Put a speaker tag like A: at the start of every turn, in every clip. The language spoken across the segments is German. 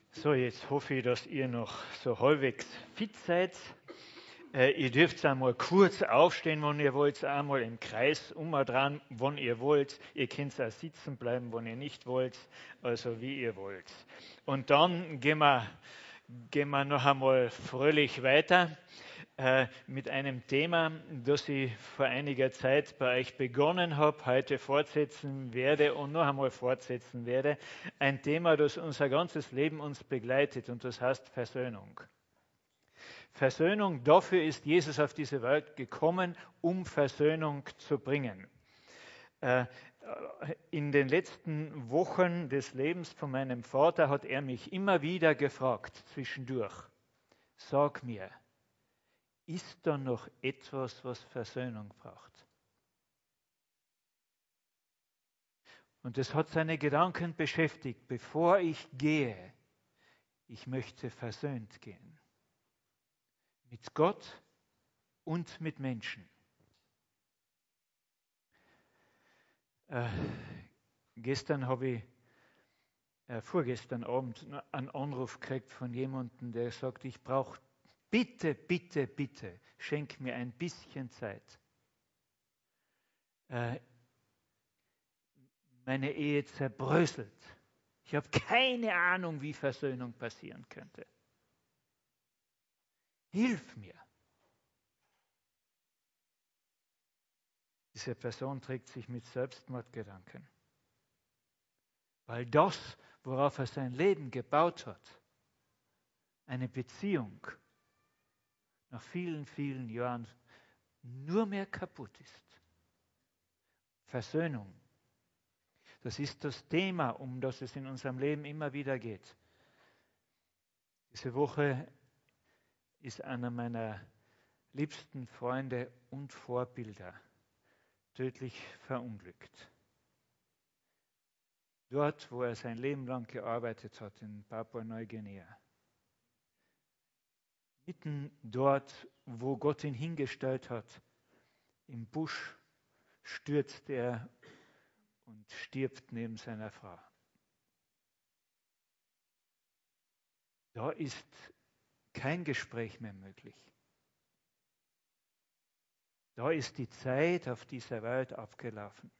A: So, jetzt hoffe ich, dass ihr noch so halbwegs fit seid. Ihr dürft einmal kurz aufstehen, wenn ihr wollt, einmal im Kreis dran, wenn ihr wollt. Ihr könnt auch sitzen bleiben, wenn ihr nicht wollt, also wie ihr wollt. Und dann gehen wir noch einmal fröhlich weiter mit einem Thema, das ich vor einiger Zeit bei euch begonnen habe, heute fortsetzen werde und noch einmal fortsetzen werde. Ein Thema, das unser ganzes Leben uns begleitet, und das heißt Versöhnung. Versöhnung, dafür ist Jesus auf diese Welt gekommen, um Versöhnung zu bringen. In den letzten Wochen des Lebens von meinem Vater hat er mich immer wieder gefragt, zwischendurch: Sag mir, ist da noch etwas, was Versöhnung braucht? Und das hat seine Gedanken beschäftigt. Bevor ich gehe, ich möchte versöhnt gehen. Mit Gott und mit Menschen. Gestern habe ich, vorgestern Abend einen Anruf gekriegt von jemandem, der sagt, ich brauche bitte, bitte, bitte, schenk mir ein bisschen Zeit. Meine Ehe zerbröselt. Ich habe keine Ahnung, wie Versöhnung passieren könnte. Hilf mir. Diese Person trägt sich mit Selbstmordgedanken. Weil das, worauf er sein Leben gebaut hat, eine Beziehung, nach vielen, vielen Jahren nur mehr kaputt ist. Versöhnung. Das ist das Thema, um das es in unserem Leben immer wieder geht. Diese Woche ist einer meiner liebsten Freunde und Vorbilder tödlich verunglückt. Dort, wo er sein Leben lang gearbeitet hat, in Papua-Neuguinea. Mitten dort, wo Gott ihn hingestellt hat, im Busch, stürzt er und stirbt neben seiner Frau. Da ist kein Gespräch mehr möglich. Da ist die Zeit auf dieser Welt abgelaufen.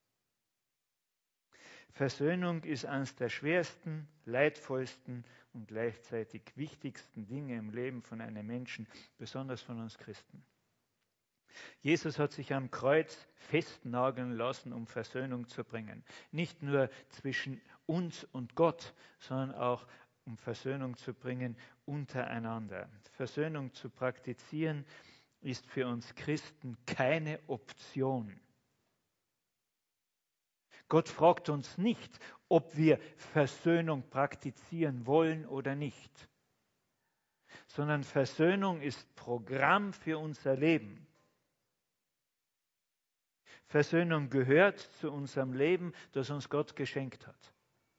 A: Versöhnung ist eines der schwersten, leidvollsten und gleichzeitig wichtigsten Dinge im Leben von einem Menschen, besonders von uns Christen. Jesus hat sich am Kreuz festnageln lassen, um Versöhnung zu bringen. Nicht nur zwischen uns und Gott, sondern auch um Versöhnung zu bringen untereinander. Versöhnung zu praktizieren ist für uns Christen keine Option. Gott fragt uns nicht, ob wir Versöhnung praktizieren wollen oder nicht, sondern Versöhnung ist Programm für unser Leben. Versöhnung gehört zu unserem Leben, das uns Gott geschenkt hat.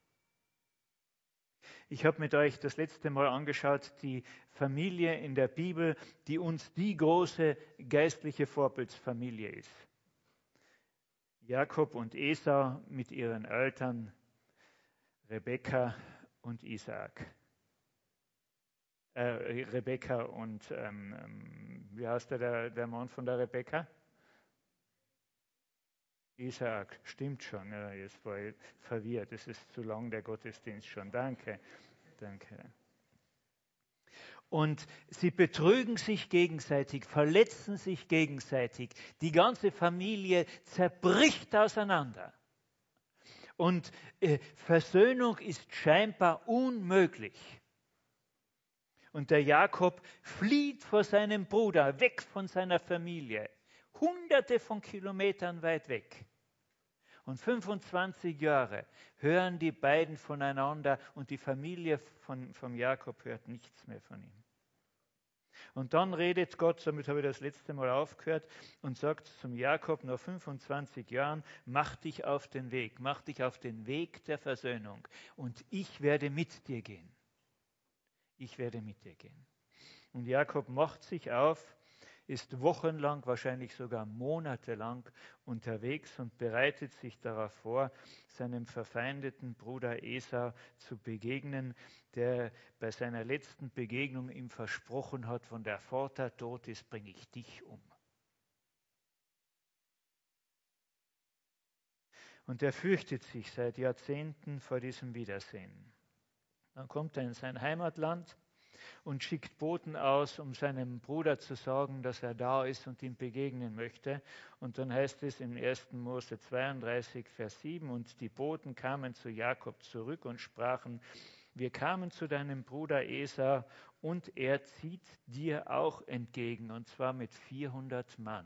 A: Ich habe mit euch das letzte Mal angeschaut, die Familie in der Bibel, die uns die große geistliche Vorbildsfamilie ist. Jakob und Esau mit ihren Eltern, Rebekka und Isaak. Rebekka und, wie heißt der Mann von der Rebekka? Isaak, stimmt schon. Ja, jetzt war ich verwirrt. Es ist zu lang der Gottesdienst schon. Danke. Und sie betrügen sich gegenseitig, verletzen sich gegenseitig. Die ganze Familie zerbricht auseinander. Und Versöhnung ist scheinbar unmöglich. Und der Jakob flieht vor seinem Bruder, weg von seiner Familie, hunderte von Kilometern weit weg. Und 25 Jahre hören die beiden voneinander und die Familie von Jakob hört nichts mehr von ihm. Und dann redet Gott, damit habe ich das letzte Mal aufgehört, und sagt zum Jakob nach 25 Jahren, mach dich auf den Weg der Versöhnung und ich werde mit dir gehen. Ich werde mit dir gehen. Und Jakob macht sich auf ist wochenlang, wahrscheinlich sogar monatelang unterwegs und bereitet sich darauf vor, seinem verfeindeten Bruder Esau zu begegnen, der bei seiner letzten Begegnung ihm versprochen hat, wenn der Vater tot ist, bringe ich dich um. Und er fürchtet sich seit Jahrzehnten vor diesem Wiedersehen. Dann kommt er in sein Heimatland und schickt Boten aus, um seinem Bruder zu sagen, dass er da ist und ihm begegnen möchte. Und dann heißt es im 1. Mose 32, Vers 7, und die Boten kamen zu Jakob zurück und sprachen, wir kamen zu deinem Bruder Esau und er zieht dir auch entgegen, und zwar mit 400 Mann.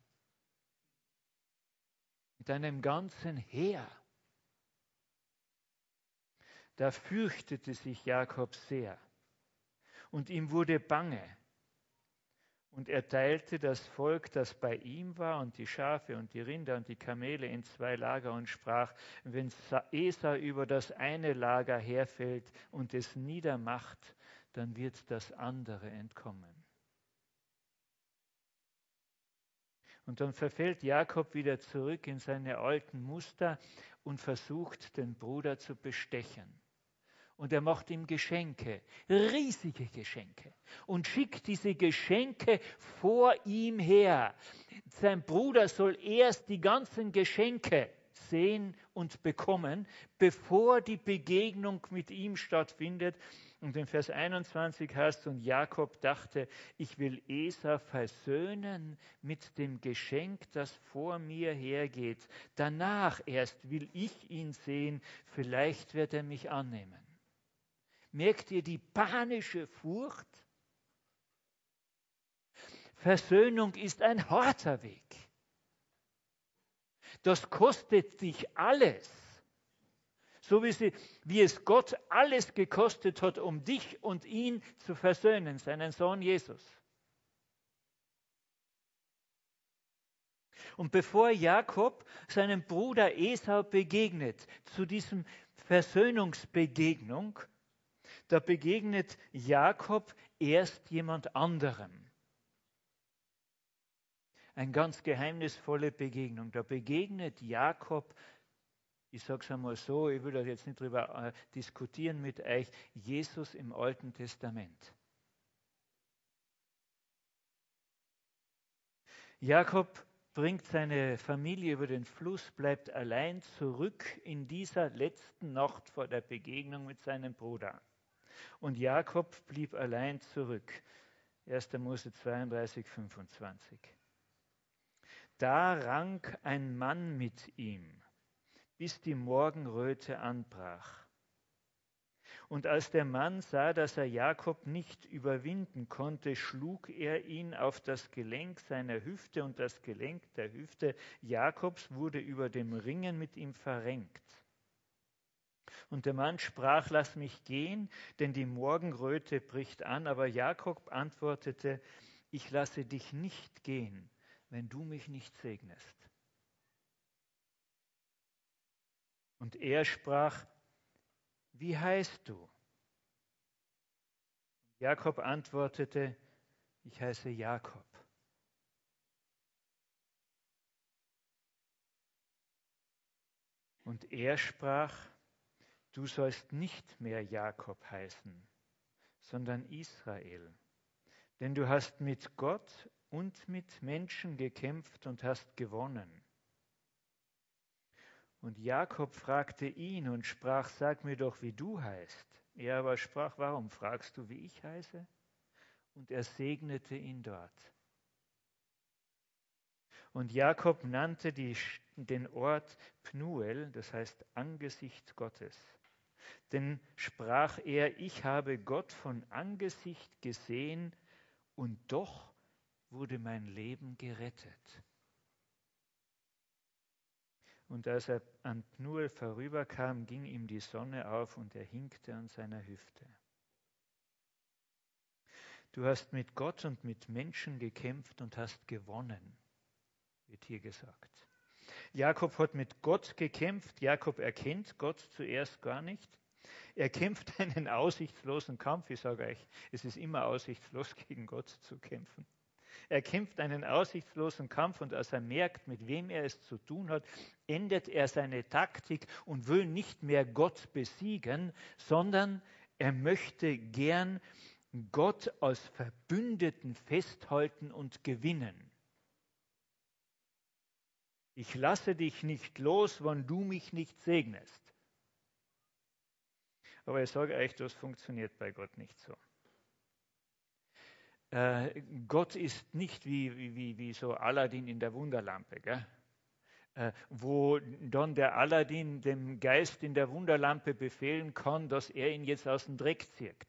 A: Mit einem ganzen Heer. Da fürchtete sich Jakob sehr und ihm wurde bange. Und er teilte das Volk, das bei ihm war, und die Schafe und die Rinder und die Kamele in 2 Lager und sprach, wenn Esau über das eine Lager herfällt und es niedermacht, dann wird das andere entkommen. Und dann verfällt Jakob wieder zurück in seine alten Muster und versucht, den Bruder zu bestechen. Und er macht ihm Geschenke, riesige Geschenke, und schickt diese Geschenke vor ihm her. Sein Bruder soll erst die ganzen Geschenke sehen und bekommen, bevor die Begegnung mit ihm stattfindet. Und in Vers 21 heißt, und Jakob dachte, ich will Esau versöhnen mit dem Geschenk, das vor mir hergeht. Danach erst will ich ihn sehen, vielleicht wird er mich annehmen. Merkt ihr die panische Furcht? Versöhnung ist ein harter Weg. Das kostet dich alles. So wie es Gott alles gekostet hat, um dich und ihn zu versöhnen, seinen Sohn Jesus. Und bevor Jakob seinem Bruder Esau begegnet, zu diesem Versöhnungsbegegnung, da begegnet Jakob erst jemand anderem. Eine ganz geheimnisvolle Begegnung. Da begegnet Jakob, ich sage es einmal so, ich will da jetzt nicht drüber diskutieren mit euch, Jesus im Alten Testament. Jakob bringt seine Familie über den Fluss, bleibt allein zurück in dieser letzten Nacht vor der Begegnung mit seinem Bruder. Und Jakob blieb allein zurück. 1. Mose 32, 25. Da rang ein Mann mit ihm, bis die Morgenröte anbrach. Und als der Mann sah, dass er Jakob nicht überwinden konnte, schlug er ihn auf das Gelenk seiner Hüfte, und das Gelenk der Hüfte Jakobs wurde über dem Ringen mit ihm verrenkt. Und der Mann sprach, lass mich gehen, denn die Morgenröte bricht an. Aber Jakob antwortete, ich lasse dich nicht gehen, wenn du mich nicht segnest. Und er sprach, wie heißt du? Jakob antwortete, ich heiße Jakob. Und er sprach, du sollst nicht mehr Jakob heißen, sondern Israel. Denn du hast mit Gott und mit Menschen gekämpft und hast gewonnen. Und Jakob fragte ihn und sprach, sag mir doch, wie du heißt. Er aber sprach, warum fragst du, wie ich heiße? Und er segnete ihn dort. Und Jakob nannte den Ort Pnuel, das heißt Angesicht Gottes. Denn sprach er, ich habe Gott von Angesicht gesehen und doch wurde mein Leben gerettet. Und als er an Pnuel vorüberkam, ging ihm die Sonne auf und er hinkte an seiner Hüfte. Du hast mit Gott und mit Menschen gekämpft und hast gewonnen, wird hier gesagt. Jakob hat mit Gott gekämpft. Jakob erkennt Gott zuerst gar nicht. Er kämpft einen aussichtslosen Kampf. Ich sage euch, es ist immer aussichtslos, gegen Gott zu kämpfen. Er kämpft einen aussichtslosen Kampf und als er merkt, mit wem er es zu tun hat, ändert er seine Taktik und will nicht mehr Gott besiegen, sondern er möchte gern Gott als Verbündeten festhalten und gewinnen. Ich lasse dich nicht los, wenn du mich nicht segnest. Aber ich sage euch, das funktioniert bei Gott nicht so. Gott ist nicht wie so Aladdin in der Wunderlampe, gell? Wo dann der Aladdin dem Geist in der Wunderlampe befehlen kann, dass er ihn jetzt aus dem Dreck zieht.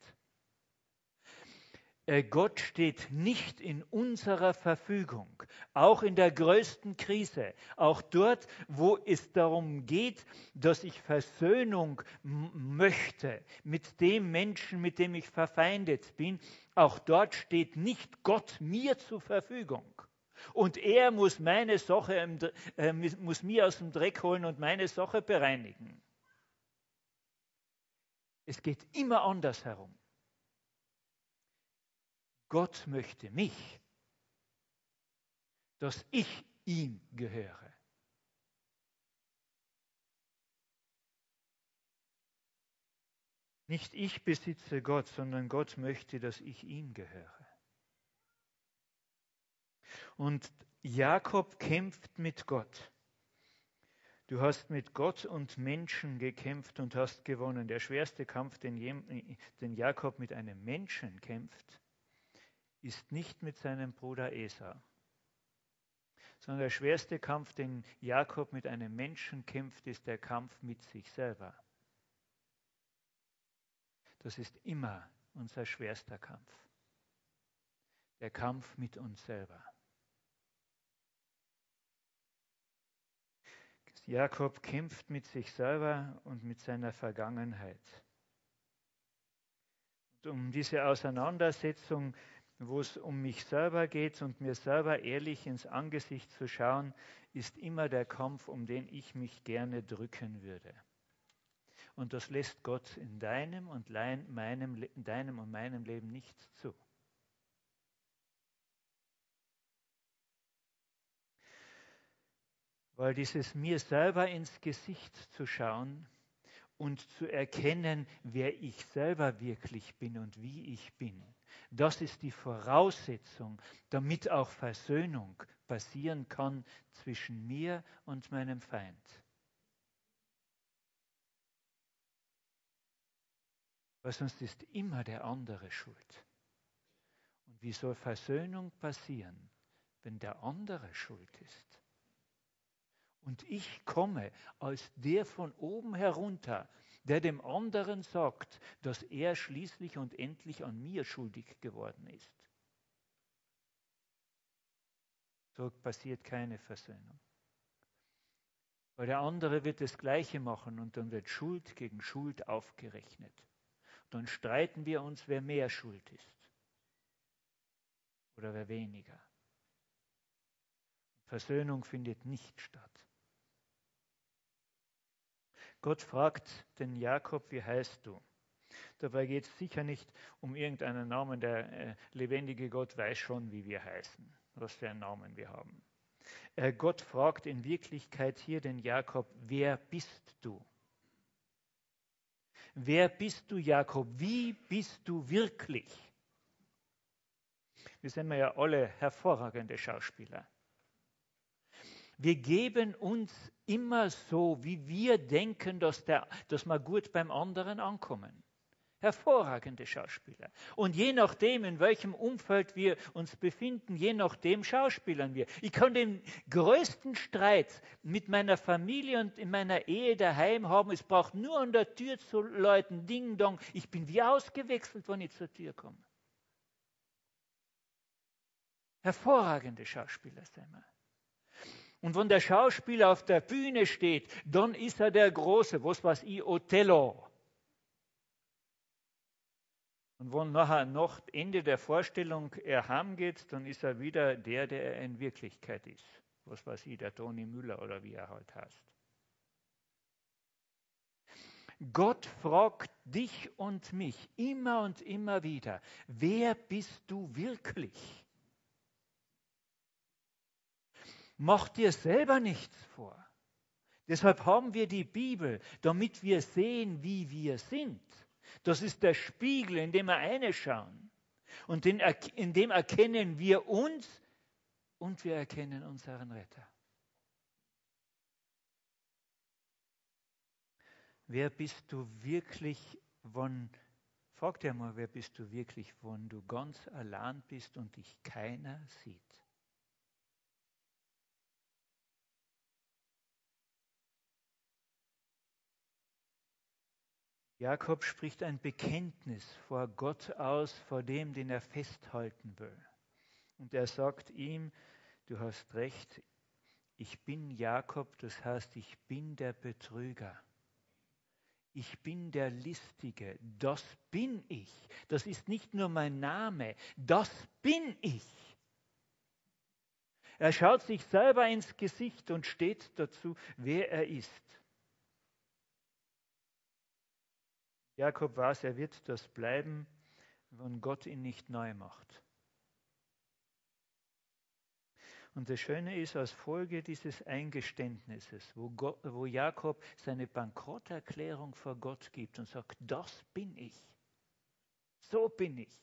A: Gott steht nicht in unserer Verfügung, auch in der größten Krise, auch dort, wo es darum geht, dass ich Versöhnung möchte mit dem Menschen, mit dem ich verfeindet bin, auch dort steht nicht Gott mir zur Verfügung. Und er muss meine Sache, muss mir aus dem Dreck holen und meine Sache bereinigen. Es geht immer andersherum. Gott möchte mich, dass ich ihm gehöre. Nicht ich besitze Gott, sondern Gott möchte, dass ich ihm gehöre. Und Jakob kämpft mit Gott. Du hast mit Gott und Menschen gekämpft und hast gewonnen. Der schwerste Kampf, den Jakob mit einem Menschen kämpft, ist nicht mit seinem Bruder Esau, sondern der schwerste Kampf, den Jakob mit einem Menschen kämpft, ist der Kampf mit sich selber. Das ist immer unser schwerster Kampf. Der Kampf mit uns selber. Jakob kämpft mit sich selber und mit seiner Vergangenheit. Und um diese Auseinandersetzung, wo es um mich selber geht und mir selber ehrlich ins Angesicht zu schauen, ist immer der Kampf, um den ich mich gerne drücken würde. Und das lässt Gott in deinem und meinem Leben nicht zu. Weil dieses mir selber ins Gesicht zu schauen und zu erkennen, wer ich selber wirklich bin und wie ich bin, das ist die Voraussetzung, damit auch Versöhnung passieren kann zwischen mir und meinem Feind. Weil sonst ist immer der andere schuld. Und wie soll Versöhnung passieren, wenn der andere schuld ist? Und ich komme als der von oben herunter, der dem anderen sagt, dass er schließlich und endlich an mir schuldig geworden ist. So passiert keine Versöhnung. Weil der andere wird das Gleiche machen und dann wird Schuld gegen Schuld aufgerechnet. Dann streiten wir uns, wer mehr schuld ist oder wer weniger. Versöhnung findet nicht statt. Gott fragt den Jakob, wie heißt du? Dabei geht es sicher nicht um irgendeinen Namen. Der lebendige Gott weiß schon, wie wir heißen, was für einen Namen wir haben. Gott fragt in Wirklichkeit hier den Jakob, wer bist du? Wer bist du, Jakob? Wie bist du wirklich? Wir sind ja alle hervorragende Schauspieler. Wir geben uns immer so, wie wir denken, dass wir gut beim anderen ankommen. Hervorragende Schauspieler. Und je nachdem, in welchem Umfeld wir uns befinden, je nachdem schauspielern wir. Ich kann den größten Streit mit meiner Familie und in meiner Ehe daheim haben. Es braucht nur an der Tür zu läuten, Ding Dong. Ich bin wie ausgewechselt, wenn ich zur Tür komme. Hervorragende Schauspieler sind wir. Und wenn der Schauspieler auf der Bühne steht, dann ist er der Große, was weiß ich, Othello. Und wenn nachher nach Ende der Vorstellung er heimgeht, dann ist er wieder der er in Wirklichkeit ist. Was weiß ich, der Toni Müller oder wie er halt heißt. Gott fragt dich und mich immer und immer wieder, wer bist du wirklich? Mach dir selber nichts vor. Deshalb haben wir die Bibel, damit wir sehen, wie wir sind. Das ist der Spiegel, in dem wir reinschauen. Und in dem erkennen wir uns und wir erkennen unseren Retter. Wer bist du wirklich, frag dir mal, wer bist du wirklich, wenn du ganz allein bist und dich keiner sieht? Jakob spricht ein Bekenntnis vor Gott aus, vor dem, den er festhalten will. Und er sagt ihm, du hast recht, ich bin Jakob, das heißt, ich bin der Betrüger. Ich bin der Listige, das bin ich. Das ist nicht nur mein Name, das bin ich. Er schaut sich selber ins Gesicht und steht dazu, wer er ist. Jakob weiß, er wird das bleiben, wenn Gott ihn nicht neu macht. Und das Schöne ist, als Folge dieses Eingeständnisses, wo Jakob seine Bankrotterklärung vor Gott gibt und sagt, das bin ich, so bin ich.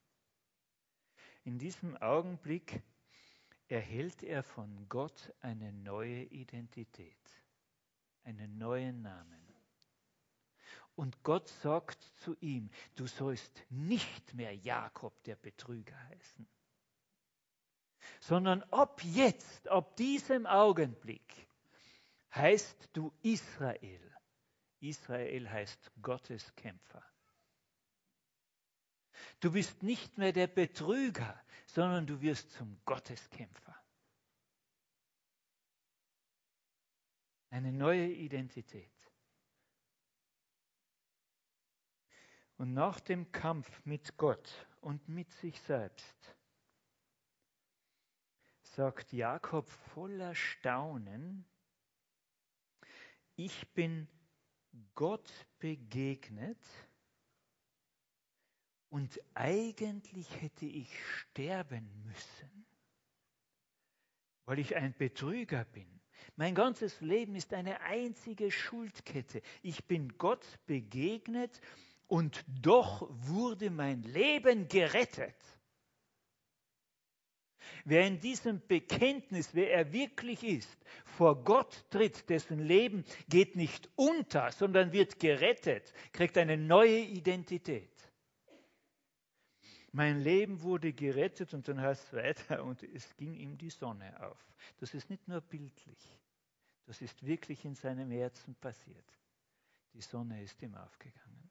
A: In diesem Augenblick erhält er von Gott eine neue Identität, einen neuen Namen. Und Gott sagt zu ihm, du sollst nicht mehr Jakob der Betrüger heißen, sondern ab jetzt, ab diesem Augenblick, heißt du Israel. Israel heißt Gottes Kämpfer. Du bist nicht mehr der Betrüger, sondern du wirst zum Gotteskämpfer. Eine neue Identität. Und nach dem Kampf mit Gott und mit sich selbst sagt Jakob voller Staunen, ich bin Gott begegnet und eigentlich hätte ich sterben müssen, weil ich ein Betrüger bin. Mein ganzes Leben ist eine einzige Schuldkette. Ich bin Gott begegnet und doch wurde mein Leben gerettet. Wer in diesem Bekenntnis, wer er wirklich ist, vor Gott tritt, dessen Leben geht nicht unter, sondern wird gerettet, kriegt eine neue Identität. Mein Leben wurde gerettet und dann heißt es weiter, und es ging ihm die Sonne auf. Das ist nicht nur bildlich, das ist wirklich in seinem Herzen passiert. Die Sonne ist ihm aufgegangen.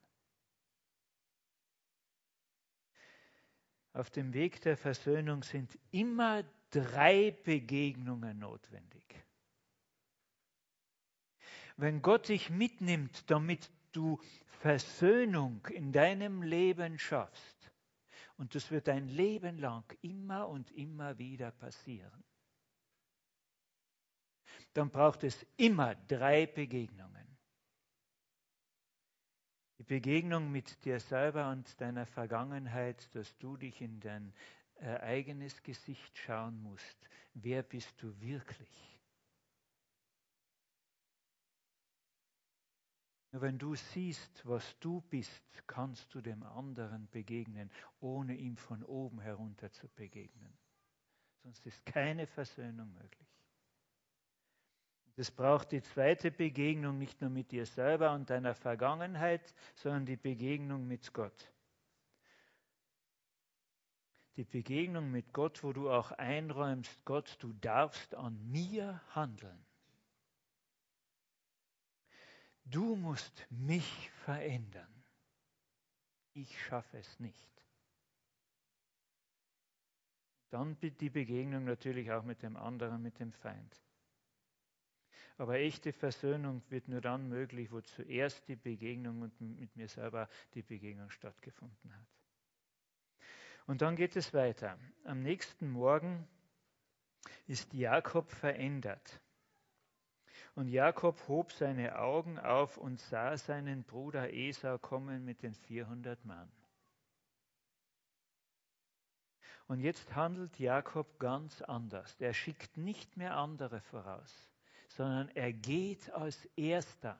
A: Auf dem Weg der Versöhnung sind immer 3 Begegnungen notwendig. Wenn Gott dich mitnimmt, damit du Versöhnung in deinem Leben schaffst, und das wird dein Leben lang immer und immer wieder passieren, dann braucht es immer 3 Begegnungen. Die Begegnung mit dir selber und deiner Vergangenheit, dass du dich in dein eigenes Gesicht schauen musst. Wer bist du wirklich? Nur wenn du siehst, was du bist, kannst du dem anderen begegnen, ohne ihm von oben herunter zu begegnen. Sonst ist keine Versöhnung möglich. Es braucht die zweite Begegnung nicht nur mit dir selber und deiner Vergangenheit, sondern die Begegnung mit Gott. Die Begegnung mit Gott, wo du auch einräumst, Gott, du darfst an mir handeln. Du musst mich verändern. Ich schaffe es nicht. Dann die Begegnung natürlich auch mit dem anderen, mit dem Feind. Aber echte Versöhnung wird nur dann möglich, wo zuerst die Begegnung und mit mir selber die Begegnung stattgefunden hat. Und dann geht es weiter. Am nächsten Morgen ist Jakob verändert. Und Jakob hob seine Augen auf und sah seinen Bruder Esau kommen mit den 400 Mann. Und jetzt handelt Jakob ganz anders. Er schickt nicht mehr andere voraus, sondern er geht als Erster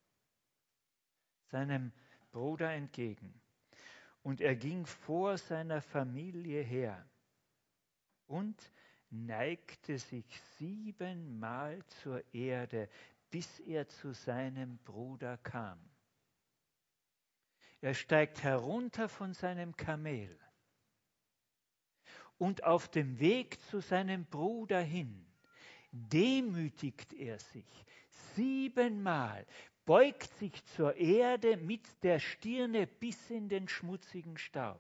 A: seinem Bruder entgegen. Und er ging vor seiner Familie her und neigte sich 7-mal zur Erde, bis er zu seinem Bruder kam. Er steigt herunter von seinem Kamel und auf dem Weg zu seinem Bruder hin demütigt er sich 7-mal, beugt sich zur Erde mit der Stirne bis in den schmutzigen Staub,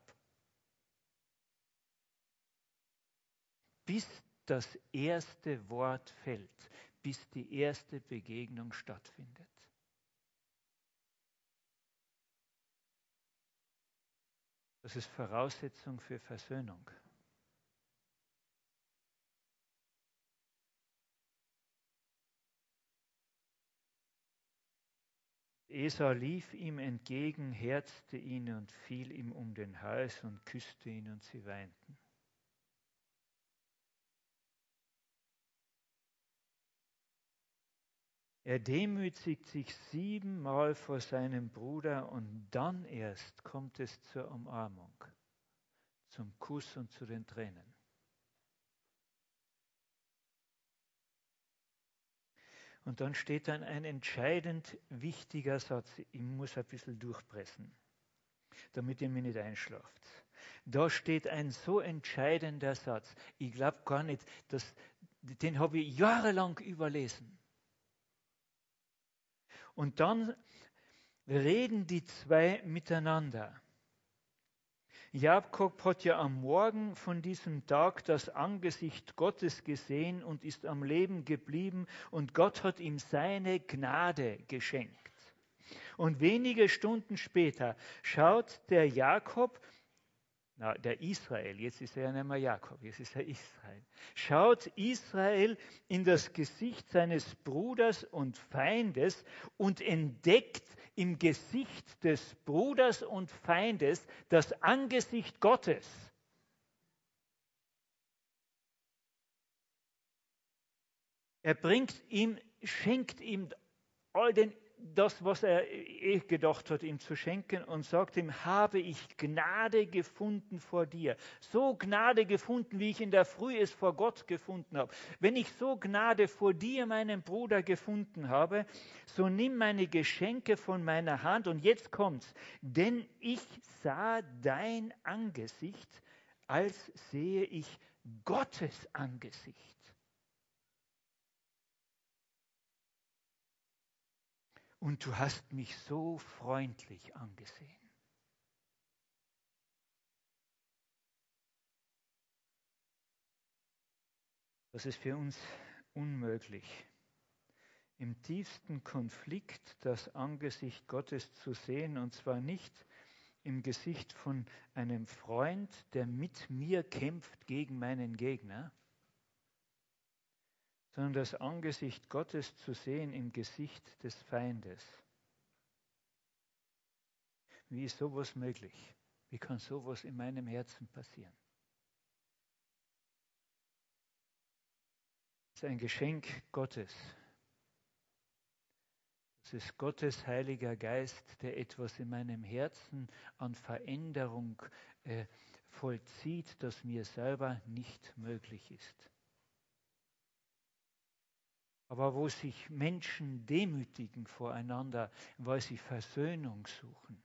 A: bis das erste Wort fällt, bis die erste Begegnung stattfindet. Das ist Voraussetzung für Versöhnung. Esau lief ihm entgegen, herzte ihn und fiel ihm um den Hals und küsste ihn und sie weinten. Er demütigt sich 7-mal vor seinem Bruder und dann erst kommt es zur Umarmung, zum Kuss und zu den Tränen. Und dann steht dann ein entscheidend wichtiger Satz. Ich muss ein bisschen durchpressen, damit ihr mich nicht einschlaft. Da steht ein so entscheidender Satz. Ich glaube gar nicht, den habe ich jahrelang überlesen. Und dann reden die zwei miteinander. Jakob hat ja am Morgen von diesem Tag das Angesicht Gottes gesehen und ist am Leben geblieben und Gott hat ihm seine Gnade geschenkt. Und wenige Stunden später schaut der Jakob, der Israel, jetzt ist er ja nicht mehr Jakob, jetzt ist er Israel, schaut Israel in das Gesicht seines Bruders und Feindes und entdeckt im Gesicht des Bruders und Feindes das Angesicht Gottes. Er schenkt ihm all das, was er gedacht hat, ihm zu schenken und sagt ihm, habe ich Gnade gefunden vor dir. So Gnade gefunden, wie ich in der Früh es vor Gott gefunden habe. Wenn ich so Gnade vor dir, meinem Bruder, gefunden habe, so nimm meine Geschenke von meiner Hand und jetzt kommt's. Denn ich sah dein Angesicht, als sehe ich Gottes Angesicht. Und du hast mich so freundlich angesehen. Das ist für uns unmöglich, im tiefsten Konflikt das Angesicht Gottes zu sehen, und zwar nicht im Gesicht von einem Freund, der mit mir kämpft gegen meinen Gegner, sondern das Angesicht Gottes zu sehen im Gesicht des Feindes. Wie ist sowas möglich? Wie kann sowas in meinem Herzen passieren? Das ist ein Geschenk Gottes. Das ist Gottes Heiliger Geist, der etwas in meinem Herzen an Veränderung vollzieht, das mir selber nicht möglich ist. Aber wo sich Menschen demütigen voreinander, weil sie Versöhnung suchen,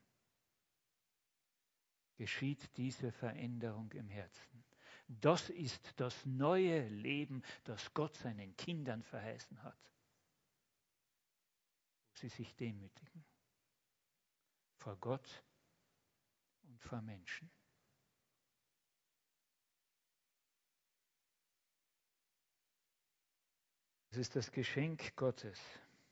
A: geschieht diese Veränderung im Herzen. Das ist das neue Leben, das Gott seinen Kindern verheißen hat. Wo sie sich demütigen. Vor Gott und vor Menschen. Es ist das Geschenk Gottes.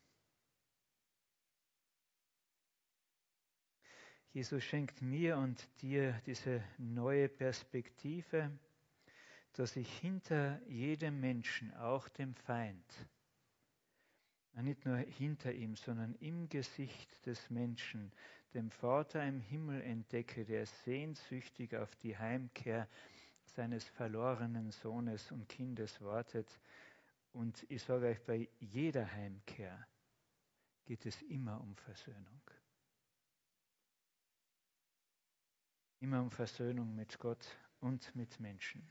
A: Jesus schenkt mir und dir diese neue Perspektive, dass ich hinter jedem Menschen, auch dem Feind, nicht nur hinter ihm, sondern im Gesicht des Menschen, dem Vater im Himmel entdecke, der sehnsüchtig auf die Heimkehr seines verlorenen Sohnes und Kindes wartet. Und ich sage euch, bei jeder Heimkehr geht es immer um Versöhnung. Immer um Versöhnung mit Gott und mit Menschen.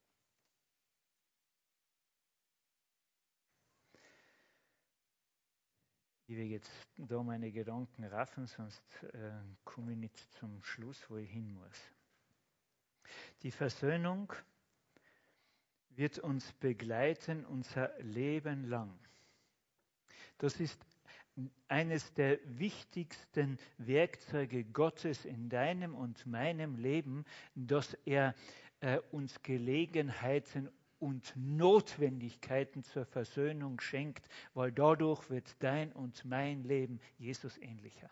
A: Ich will jetzt da meine Gedanken raffen, sonst komme ich nicht zum Schluss, wo ich hin muss. Die Versöhnung wird uns begleiten unser Leben lang. Das ist eines der wichtigsten Werkzeuge Gottes in deinem und meinem Leben, dass er uns Gelegenheiten und Notwendigkeiten zur Versöhnung schenkt, weil dadurch wird dein und mein Leben Jesus ähnlicher.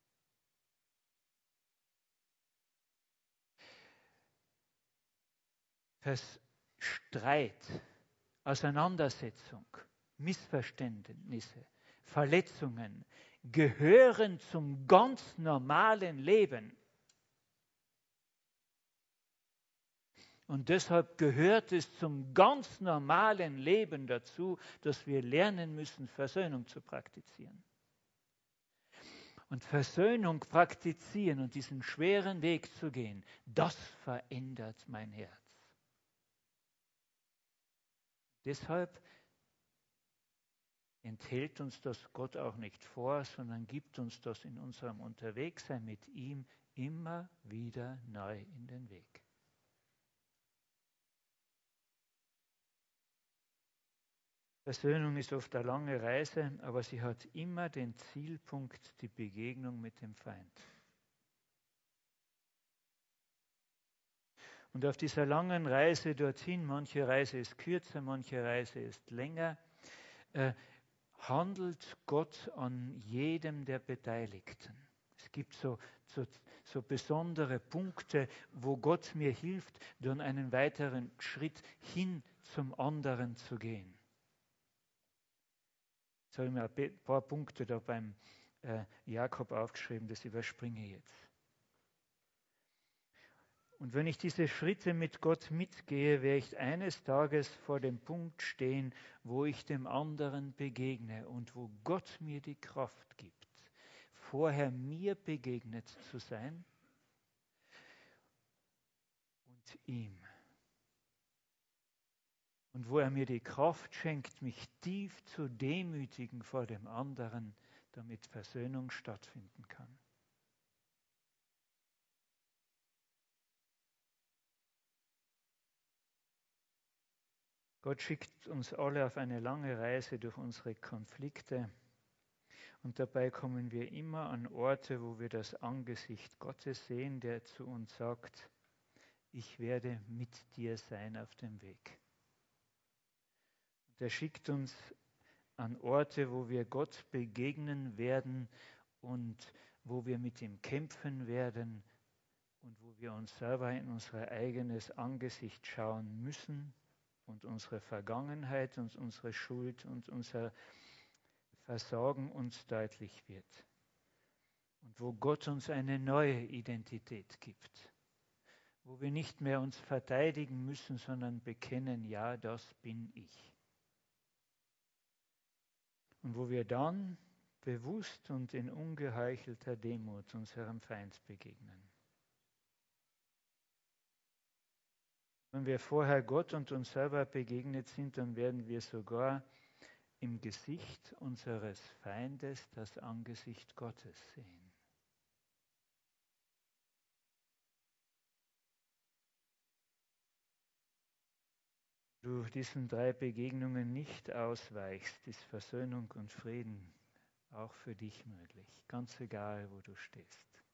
A: Streit, Auseinandersetzung, Missverständnisse, Verletzungen gehören zum ganz normalen Leben. Und deshalb gehört es zum ganz normalen Leben dazu, dass wir lernen müssen, Versöhnung zu praktizieren. Und Versöhnung praktizieren und diesen schweren Weg zu gehen, das verändert mein Herz. Deshalb enthält uns das Gott auch nicht vor, sondern gibt uns das in unserem Unterwegssein mit ihm immer wieder neu in den Weg. Versöhnung ist oft eine lange Reise, aber sie hat immer den Zielpunkt, die Begegnung mit dem Feind. Und auf dieser langen Reise dorthin, manche Reise ist kürzer, manche Reise ist länger, handelt Gott an jedem der Beteiligten. Es gibt so besondere Punkte, wo Gott mir hilft, dann einen weiteren Schritt hin zum anderen zu gehen. Jetzt habe ich mir ein paar Punkte da beim Jakob aufgeschrieben, das überspringe ich jetzt. Und wenn ich diese Schritte mit Gott mitgehe, werde ich eines Tages vor dem Punkt stehen, wo ich dem anderen begegne und wo Gott mir die Kraft gibt, vorher mir begegnet zu sein und ihm. Und wo er mir die Kraft schenkt, mich tief zu demütigen vor dem anderen, damit Versöhnung stattfinden kann. Gott schickt uns alle auf eine lange Reise durch unsere Konflikte und dabei kommen wir immer an Orte, wo wir das Angesicht Gottes sehen, der zu uns sagt, ich werde mit dir sein auf dem Weg. Und er schickt uns an Orte, wo wir Gott begegnen werden und wo wir mit ihm kämpfen werden und wo wir uns selber in unser eigenes Angesicht schauen müssen und unsere Vergangenheit und unsere Schuld und unser Versagen uns deutlich wird. Und wo Gott uns eine neue Identität gibt. Wo wir nicht mehr uns verteidigen müssen, sondern bekennen, ja, das bin ich. Und wo wir dann bewusst und in ungeheuchelter Demut unserem Feind begegnen. Wenn wir vorher Gott und uns selber begegnet sind, dann werden wir sogar im Gesicht unseres Feindes das Angesicht Gottes sehen. Du diesen 3 Begegnungen nicht ausweichst, ist Versöhnung und Frieden auch für dich möglich, ganz egal, wo du stehst.